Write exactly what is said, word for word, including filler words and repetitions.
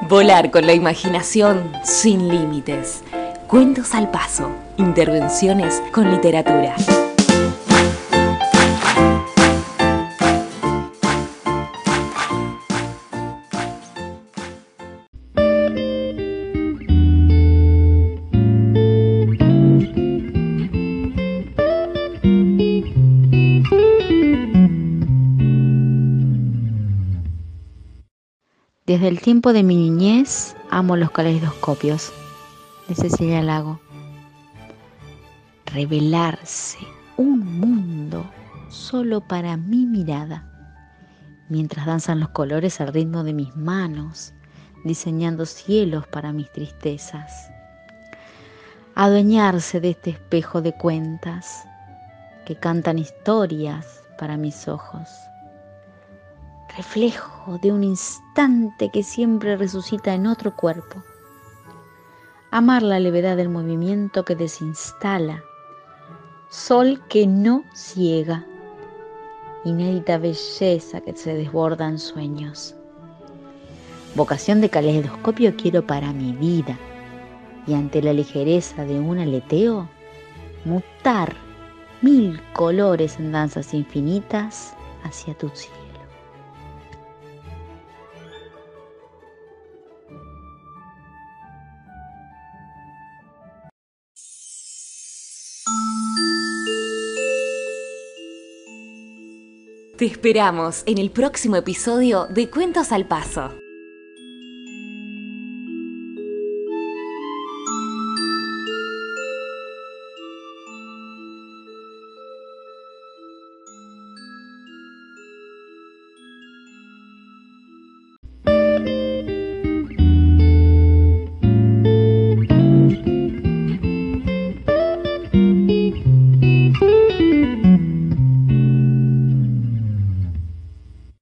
Volar con la imaginación sin límites. Cuentos al paso. Intervenciones con literatura. Desde el tiempo de mi niñez amo los caleidoscopios, de Cecilia Lago. Revelarse un mundo solo para mi mirada, mientras danzan los colores al ritmo de mis manos, diseñando cielos para mis tristezas. Adueñarse de este espejo de cuentas que cantan historias para mis ojos. Reflejo de un instante que siempre resucita en otro cuerpo. Amar la levedad del movimiento que desinstala, sol que no ciega, inédita belleza que se desborda en sueños. Vocación de caleidoscopio quiero para mi vida, y ante la ligereza de un aleteo, mutar mil colores en danzas infinitas hacia tu cielo. Te esperamos en el próximo episodio de Cuentos al Paso.